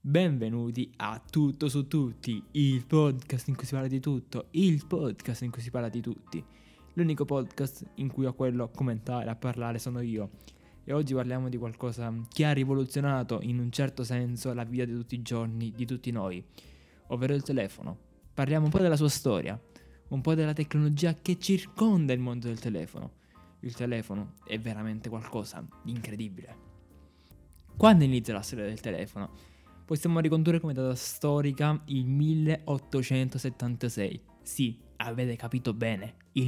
Benvenuti a Tutto su Tutti, il podcast in cui si parla di tutto, il podcast in cui si parla di tutti. L'unico podcast in cui a quello a commentare, a parlare sono io. E oggi parliamo di qualcosa che ha rivoluzionato in un certo senso la vita di tutti i giorni, di tutti noi, ovvero il telefono. Parliamo un po' della sua storia, un po' della tecnologia che circonda il mondo del telefono. Il telefono è veramente qualcosa di incredibile. Quando inizia la storia del telefono? Possiamo ricondurre come data storica il 1876. Sì, avete capito bene, il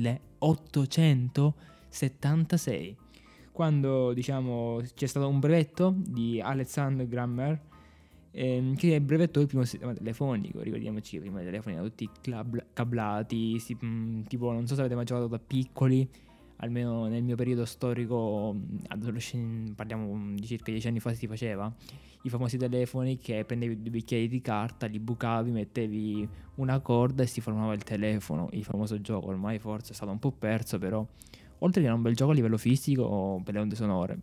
1876. Quando, c'è stato un brevetto di Alexander Graham che brevettò il primo sistema telefonico. Ricordiamoci che prima i telefoni erano tutti cablati, tipo non so se avete mai giocato da piccoli, almeno nel mio periodo storico adolescente, parliamo di circa 10 anni fa, si faceva i famosi telefoni che prendevi due bicchieri di carta, li bucavi, mettevi una corda e si formava il telefono. Il famoso gioco ormai forse è stato un po' perso, però oltre che era un bel gioco a livello fisico per le onde sonore,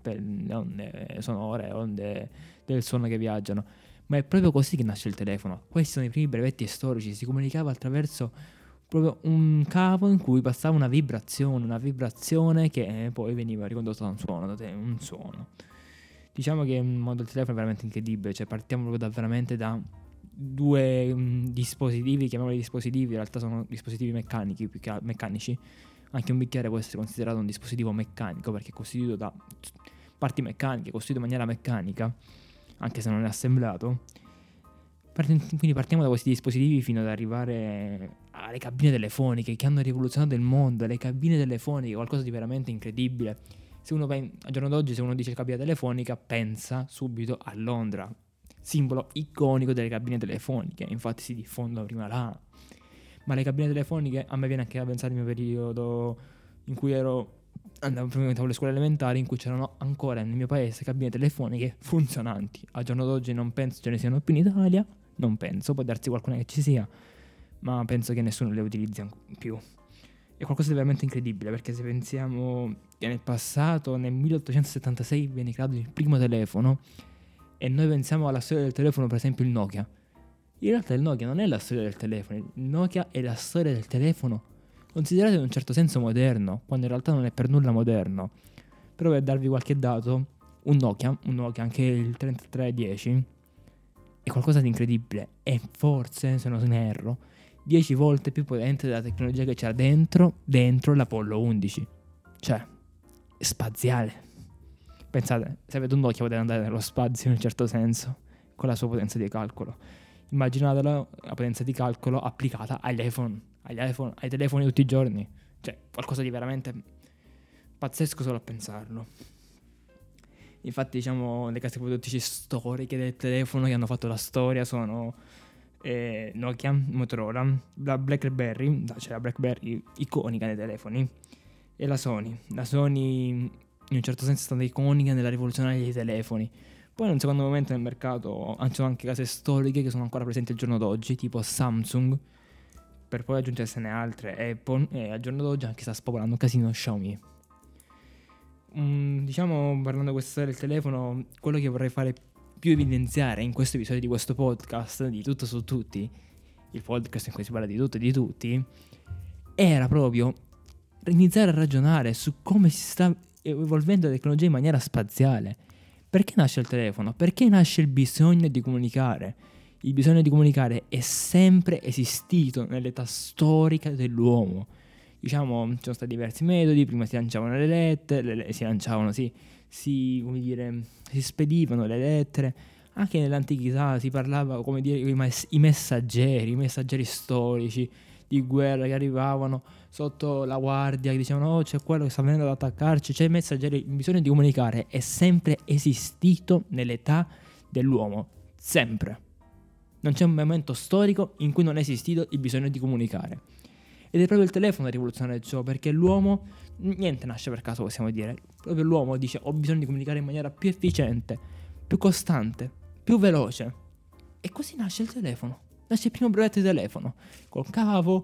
onde del suono che viaggiano, ma è proprio così che nasce il telefono. Questi sono i primi brevetti storici, si comunicava attraverso proprio un cavo in cui passava una vibrazione che poi veniva ricondotta da un suono. Diciamo che il mondo del telefono è veramente incredibile, cioè partiamo proprio veramente da due dispositivi, chiamiamoli dispositivi, in realtà sono dispositivi meccanici. Anche un bicchiere può essere considerato un dispositivo meccanico perché è costituito da parti meccaniche, costituito in maniera meccanica, anche se non è assemblato. Quindi partiamo da questi dispositivi fino ad arrivare alle cabine telefoniche che hanno rivoluzionato il mondo. Le cabine telefoniche, qualcosa di veramente incredibile. Se uno al giorno d'oggi, se uno dice cabina telefonica, pensa subito a Londra, simbolo iconico delle cabine telefoniche. Infatti si diffondono prima là. Ma le cabine telefoniche, a me viene anche a pensare il mio periodo in cui andavo prima alle scuole elementari, in cui c'erano ancora nel mio paese cabine telefoniche funzionanti. Al giorno d'oggi non penso ce ne siano più in Italia, non penso, può darsi qualcuna che ci sia, ma penso che nessuno le utilizzi più. È qualcosa di veramente incredibile, perché se pensiamo che nel passato, nel 1876, viene creato il primo telefono, e noi pensiamo alla storia del telefono, per esempio il Nokia. In realtà il Nokia non è la storia del telefono, il Nokia è la storia del telefono, considerato in un certo senso moderno, quando in realtà non è per nulla moderno. Però per darvi qualche dato, un Nokia, anche il 3310, è qualcosa di incredibile, e forse, se non ne erro, 10 volte più potente della tecnologia che c'era dentro l'Apollo 11. Cioè, è spaziale. Pensate, se avete un Nokia potete andare nello spazio in un certo senso, con la sua potenza di calcolo. Immaginatela la potenza di calcolo applicata agli iPhone, ai telefoni tutti i giorni. Cioè, qualcosa di veramente pazzesco solo a pensarlo. Infatti, le case produttrici storiche del telefono che hanno fatto la storia sono Nokia, Motorola, la BlackBerry, cioè la BlackBerry iconica nei telefoni, e la Sony. La Sony in un certo senso è stata iconica nella rivoluzione dei telefoni. Poi in un secondo momento nel mercato ci sono anche case storiche che sono ancora presenti al giorno d'oggi, tipo Samsung, per poi aggiungersene altre, Apple, e al giorno d'oggi anche sta spopolando un casino Xiaomi. Parlando di questa storia del telefono, quello che vorrei fare più evidenziare in questo episodio di questo podcast, di Tutto su Tutti, il podcast in cui si parla di tutto e di tutti, era proprio iniziare a ragionare su come si sta evolvendo la tecnologia in maniera spaziale. Perché nasce il telefono? Perché nasce il bisogno di comunicare? Il bisogno di comunicare è sempre esistito nell'età storica dell'uomo. Ci sono stati diversi metodi, prima si lanciavano le lettere, si spedivano le lettere. Anche nell'antichità si parlava, i messaggeri storici di guerra che arrivavano sotto la guardia, che dicevano c'è quello che sta venendo ad attaccarci. C'è il messaggeri, il bisogno di comunicare è sempre esistito nell'età dell'uomo, sempre. Non c'è un momento storico in cui non è esistito il bisogno di comunicare. Ed è proprio il telefono a rivoluzionare ciò, perché l'uomo, niente nasce per caso, possiamo dire. Proprio l'uomo dice ho bisogno di comunicare in maniera più efficiente, più costante, più veloce. E così nasce il telefono. Nasce il primo brevetto di telefono, col cavo,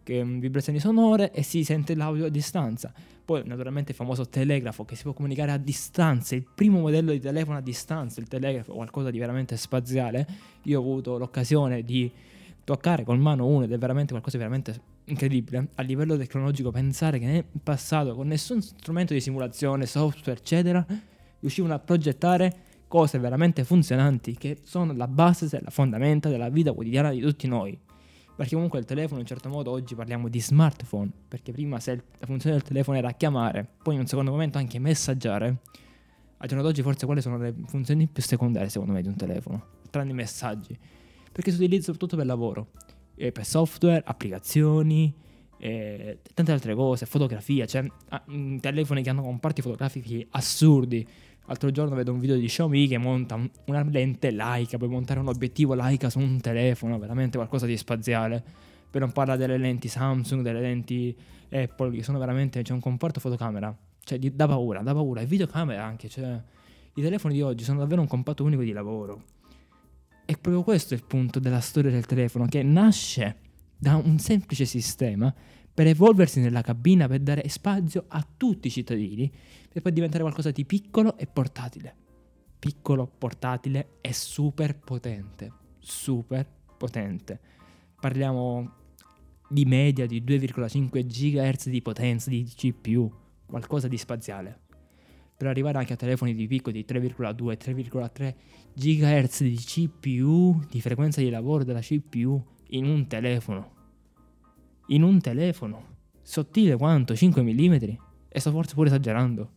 vibrazioni sonore e si sente l'audio a distanza. Poi naturalmente il famoso telegrafo che si può comunicare a distanza, il primo modello di telefono a distanza, il telegrafo, qualcosa di veramente spaziale. Io ho avuto l'occasione di toccare con mano uno ed è veramente qualcosa di veramente incredibile. A livello tecnologico, pensare che nel passato con nessun strumento di simulazione, software eccetera riuscivano a progettare cose veramente funzionanti che sono la base, la fondamenta della vita quotidiana di tutti noi. Perché comunque il telefono in un certo modo oggi parliamo di smartphone, perché prima se la funzione del telefono era chiamare, poi in un secondo momento anche messaggiare, al giorno d'oggi forse quali sono le funzioni più secondarie secondo me di un telefono, tranne i messaggi, perché si utilizza soprattutto per lavoro, per software, applicazioni, tante altre cose, fotografia, cioè telefoni che hanno comparti fotografici assurdi. L'altro giorno vedo un video di Xiaomi che monta una lente Leica, puoi montare un obiettivo Leica su un telefono, veramente qualcosa di spaziale. Per non parlare delle lenti Samsung, delle lenti Apple, che sono veramente, c'è un comparto fotocamera, cioè dà paura, e videocamera anche, cioè i telefoni di oggi sono davvero un comparto unico di lavoro. E proprio questo è il punto della storia del telefono, che nasce da un semplice sistema per evolversi nella cabina, per dare spazio a tutti i cittadini, per poi diventare qualcosa di piccolo e portatile. Piccolo, portatile e super potente. Super potente. Parliamo di media di 2,5 GHz di potenza di CPU, qualcosa di spaziale. Per arrivare anche a telefoni di picco di 3,2, 3,3 GHz di CPU, di frequenza di lavoro della CPU in un telefono. In un telefono. Sottile quanto? 5 mm? E sto forse pure esagerando.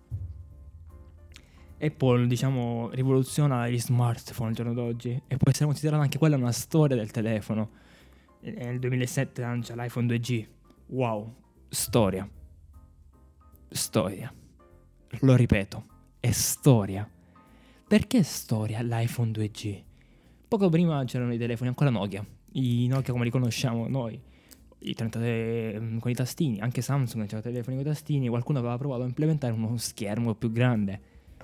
Apple, diciamo, rivoluziona gli smartphone al giorno d'oggi e può essere considerata anche quella una storia del telefono. Nel 2007 lancia l'iPhone 2G. Wow, storia. Storia. Lo ripeto, è storia. Perché storia l'iPhone 2G? Poco prima c'erano i telefoni ancora Nokia, i Nokia come li conosciamo noi, i 33 con i tastini, anche Samsung c'era telefoni con i tastini, qualcuno aveva provato a implementare uno schermo più grande.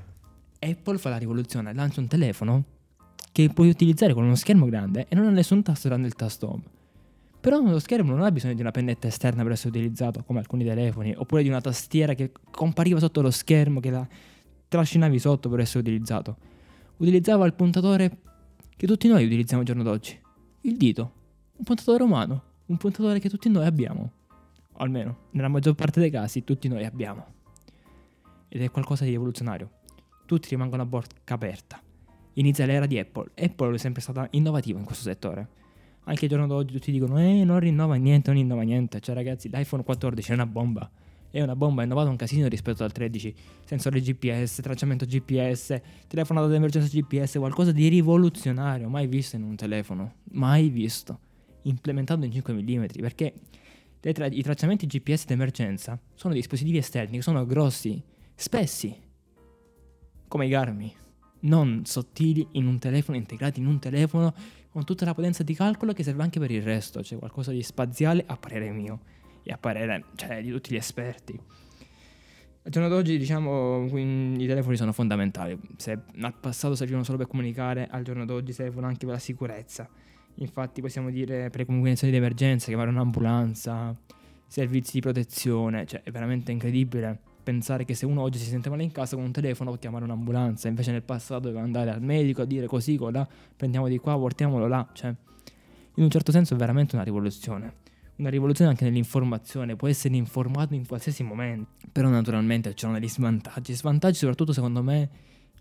Apple fa la rivoluzione, lancia un telefono che puoi utilizzare con uno schermo grande e non ha nessun tasto tranne il tasto home. Però lo schermo non ha bisogno di una pennetta esterna per essere utilizzato come alcuni telefoni, oppure di una tastiera che compariva sotto lo schermo che la trascinavi sotto per essere utilizzato. Utilizzava il puntatore che tutti noi utilizziamo al giorno d'oggi, il dito, un puntatore umano, un puntatore che tutti noi abbiamo, o almeno nella maggior parte dei casi tutti noi abbiamo, ed è qualcosa di rivoluzionario. Tutti rimangono a bocca aperta. Inizia l'era di Apple. Apple è sempre stata innovativa in questo settore. Anche il giorno d'oggi tutti dicono non innova niente. Cioè ragazzi, l'iPhone 14 è una bomba. È una bomba, è innovato un casino rispetto al 13. Sensore GPS, tracciamento GPS, telefonata d'emergenza GPS, qualcosa di rivoluzionario, mai visto in un telefono. Mai visto. Implementato in 5 mm, perché i tracciamenti GPS d'emergenza sono dispositivi esterni che sono grossi, spessi, come i Garmin, non sottili in un telefono, integrati in un telefono con tutta la potenza di calcolo che serve anche per il resto, cioè qualcosa di spaziale a parere mio e a parere di tutti gli esperti. Al giorno d'oggi diciamo i telefoni sono fondamentali. Se al passato servivano solo per comunicare, al giorno d'oggi servono anche per la sicurezza. Infatti possiamo dire per le comunicazioni di emergenza, chiamare un'ambulanza, servizi di protezione, cioè è veramente incredibile pensare che se uno oggi si sente male in casa con un telefono può chiamare un'ambulanza, invece nel passato doveva andare al medico a dire così, là, prendiamo di qua, portiamolo là, cioè in un certo senso è veramente una rivoluzione anche nell'informazione, può essere informato in qualsiasi momento, però naturalmente c'erano degli svantaggi soprattutto secondo me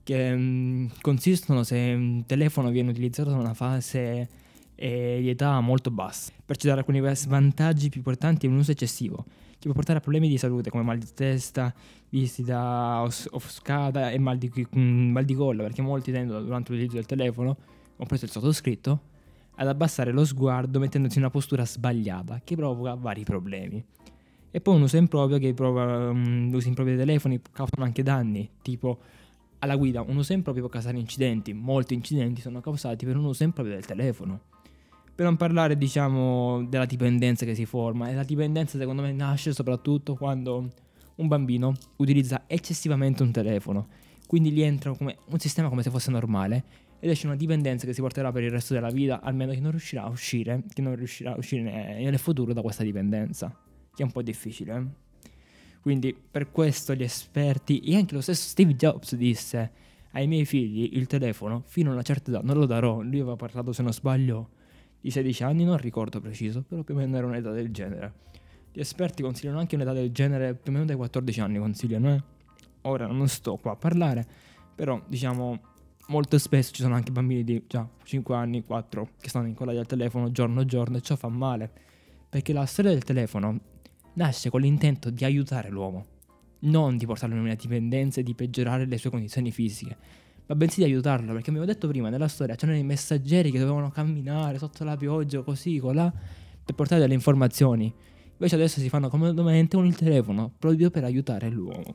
che consistono se un telefono viene utilizzato in una fase di età molto bassa. Per citare alcuni svantaggi più importanti è un uso eccessivo che può portare a problemi di salute come mal di testa, visita offuscata e mal di gola, perché molti tendono durante l'utilizzo del telefono, compreso il sottoscritto, ad abbassare lo sguardo mettendosi in una postura sbagliata che provoca vari problemi. E poi un uso improprio l'uso improprio dei telefoni causano anche danni, tipo alla guida un uso improprio può causare incidenti, molti incidenti sono causati per un uso improprio del telefono. Per non parlare della dipendenza che si forma, e la dipendenza secondo me nasce soprattutto quando un bambino utilizza eccessivamente un telefono, quindi lì entra come un sistema come se fosse normale ed esce una dipendenza che si porterà per il resto della vita, almeno chi non riuscirà a uscire nel futuro da questa dipendenza, che è un po' difficile. Quindi per questo gli esperti, e anche lo stesso Steve Jobs disse: ai miei figli il telefono fino a una certa età non lo darò. Lui aveva parlato, se non sbaglio, di 16 anni, non ricordo preciso, però più o meno era un'età del genere. Gli esperti consigliano anche un'età del genere, più o meno dai 14 anni consigliano, Ora non sto qua a parlare, però diciamo molto spesso ci sono anche bambini di già 5 anni, 4, che stanno incollati al telefono giorno a giorno e ciò fa male, perché la storia del telefono nasce con l'intento di aiutare l'uomo, non di portarlo in una dipendenza e di peggiorare le sue condizioni fisiche, ma bensì di aiutarlo, perché abbiamo detto prima, nella storia c'erano i messaggeri che dovevano camminare sotto la pioggia, così, colà, per portare delle informazioni. Invece adesso si fanno comodamente con il telefono, proprio per aiutare l'uomo.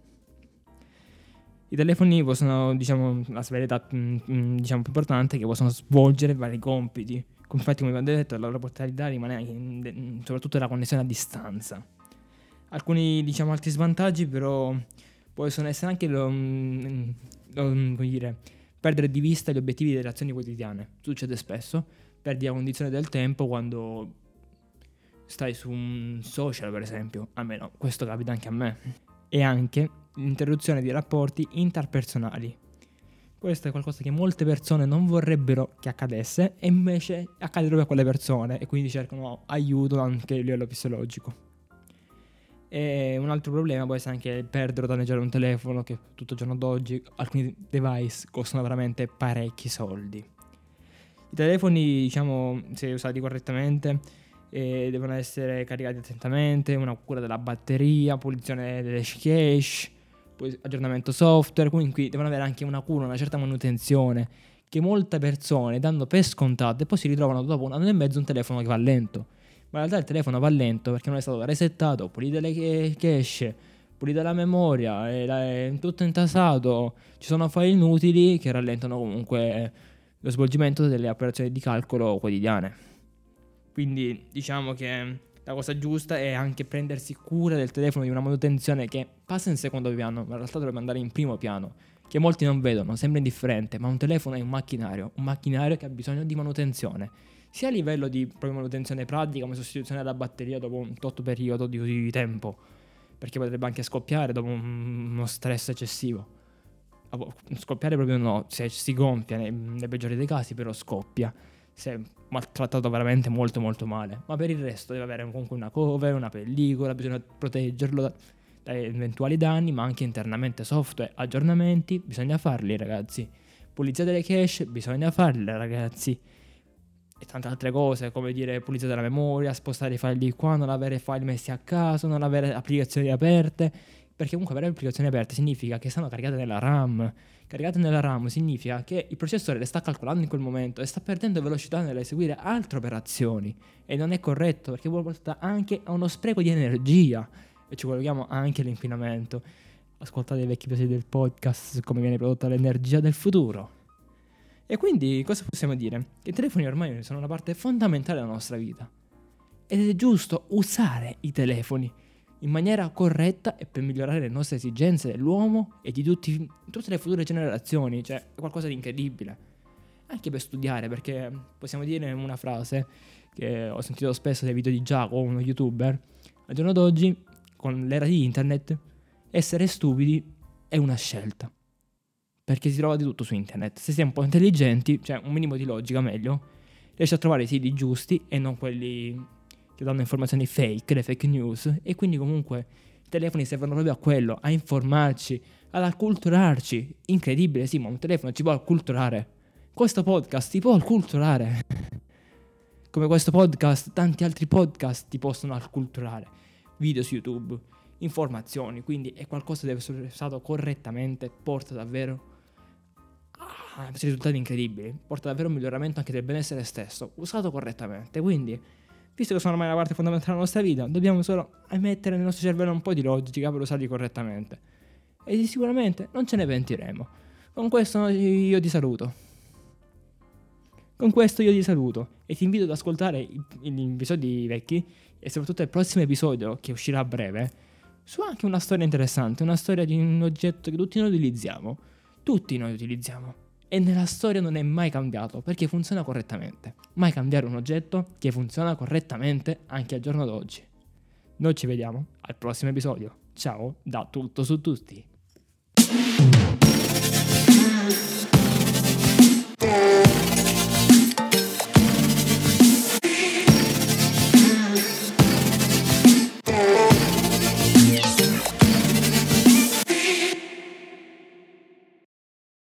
I telefoni possono, diciamo, la severità diciamo più importante è che possono svolgere vari compiti. Infatti, come abbiamo detto, la loro portabilità rimane soprattutto la connessione a distanza. Alcuni, diciamo, altri svantaggi però possono essere anche come dire, perdere di vista gli obiettivi delle azioni quotidiane. Succede spesso, perdi la condizione del tempo quando stai su un social, per esempio. Almeno questo capita anche a me. E anche l'interruzione di rapporti interpersonali. Questo è qualcosa che molte persone non vorrebbero che accadesse e invece accade proprio a quelle persone e quindi cercano aiuto anche a livello psicologico. E un altro problema può essere anche perdere o danneggiare un telefono, che tutto il giorno d'oggi alcuni device costano veramente parecchi soldi. I telefoni, diciamo, se usati correttamente, devono essere caricati attentamente, una cura della batteria, pulizia delle cache, poi aggiornamento software, quindi devono avere anche una cura, una certa manutenzione che molte persone danno per scontato e poi si ritrovano dopo un anno e mezzo un telefono che va lento. Ma in realtà il telefono va lento perché non è stato resettato, pulite le cache, pulita la memoria, è tutto intasato, ci sono file inutili che rallentano comunque lo svolgimento delle operazioni di calcolo quotidiane. Quindi diciamo che la cosa giusta è anche prendersi cura del telefono, di una manutenzione che passa in secondo piano, ma in realtà dovrebbe andare in primo piano, che molti non vedono, sembra indifferente, ma un telefono è un macchinario che ha bisogno di manutenzione, sia a livello di proprio manutenzione pratica, come sostituzione della batteria dopo un tot periodo di tempo, perché potrebbe anche scoppiare dopo uno stress eccessivo. Scoppiare proprio no, se si gonfia nei peggiori dei casi, però scoppia se è maltrattato veramente molto molto male. Ma per il resto deve avere comunque una cover, una pellicola, bisogna proteggerlo da eventuali danni, ma anche internamente software, aggiornamenti, bisogna farli ragazzi. Pulizia delle cache, bisogna farli ragazzi. E tante altre cose, come dire pulizia della memoria, spostare i file di qua, non avere file messi a caso, non avere applicazioni aperte, perché comunque avere applicazioni aperte significa che stanno caricate nella RAM. Caricate nella RAM significa che il processore le sta calcolando in quel momento e sta perdendo velocità nell'eseguire altre operazioni, e non è corretto perché può portare anche a uno spreco di energia e ci colleghiamo anche all'inquinamento. Ascoltate i vecchi episodi del podcast su come viene prodotta l'energia del futuro. E quindi cosa possiamo dire? Che i telefoni ormai sono una parte fondamentale della nostra vita ed è giusto usare i telefoni in maniera corretta e per migliorare le nostre esigenze dell'uomo e di tutte le future generazioni. Cioè è qualcosa di incredibile, anche per studiare, perché possiamo dire una frase che ho sentito spesso nei video di Giacomo, uno youtuber: al giorno d'oggi, con l'era di internet, essere stupidi è una scelta, perché si trova di tutto su internet. Se siamo un po' intelligenti, cioè un minimo di logica meglio, riesci a trovare i siti giusti e non quelli che danno informazioni fake, le fake news. E quindi comunque i telefoni servono proprio a quello, a informarci, ad acculturarci. Incredibile, sì, ma un telefono ci può acculturare. Questo podcast ti può acculturare. Come questo podcast, tanti altri podcast ti possono acculturare. Video su YouTube, informazioni, quindi è qualcosa che deve essere usato correttamente, porta davvero a risultati incredibili, porta davvero un miglioramento anche del benessere stesso, usato correttamente. Quindi, visto che sono ormai una parte fondamentale della nostra vita, dobbiamo solo mettere nel nostro cervello un po' di logica per usarli correttamente. E sicuramente non ce ne pentiremo. Con questo io ti saluto. E ti invito ad ascoltare gli episodi vecchi e soprattutto il prossimo episodio che uscirà a breve, su anche una storia interessante, una storia di un oggetto che tutti noi utilizziamo. Tutti noi utilizziamo. E nella storia non è mai cambiato perché funziona correttamente. Mai cambiare un oggetto che funziona correttamente anche al giorno d'oggi. Noi ci vediamo al prossimo episodio. Ciao da Tutto su Tutti.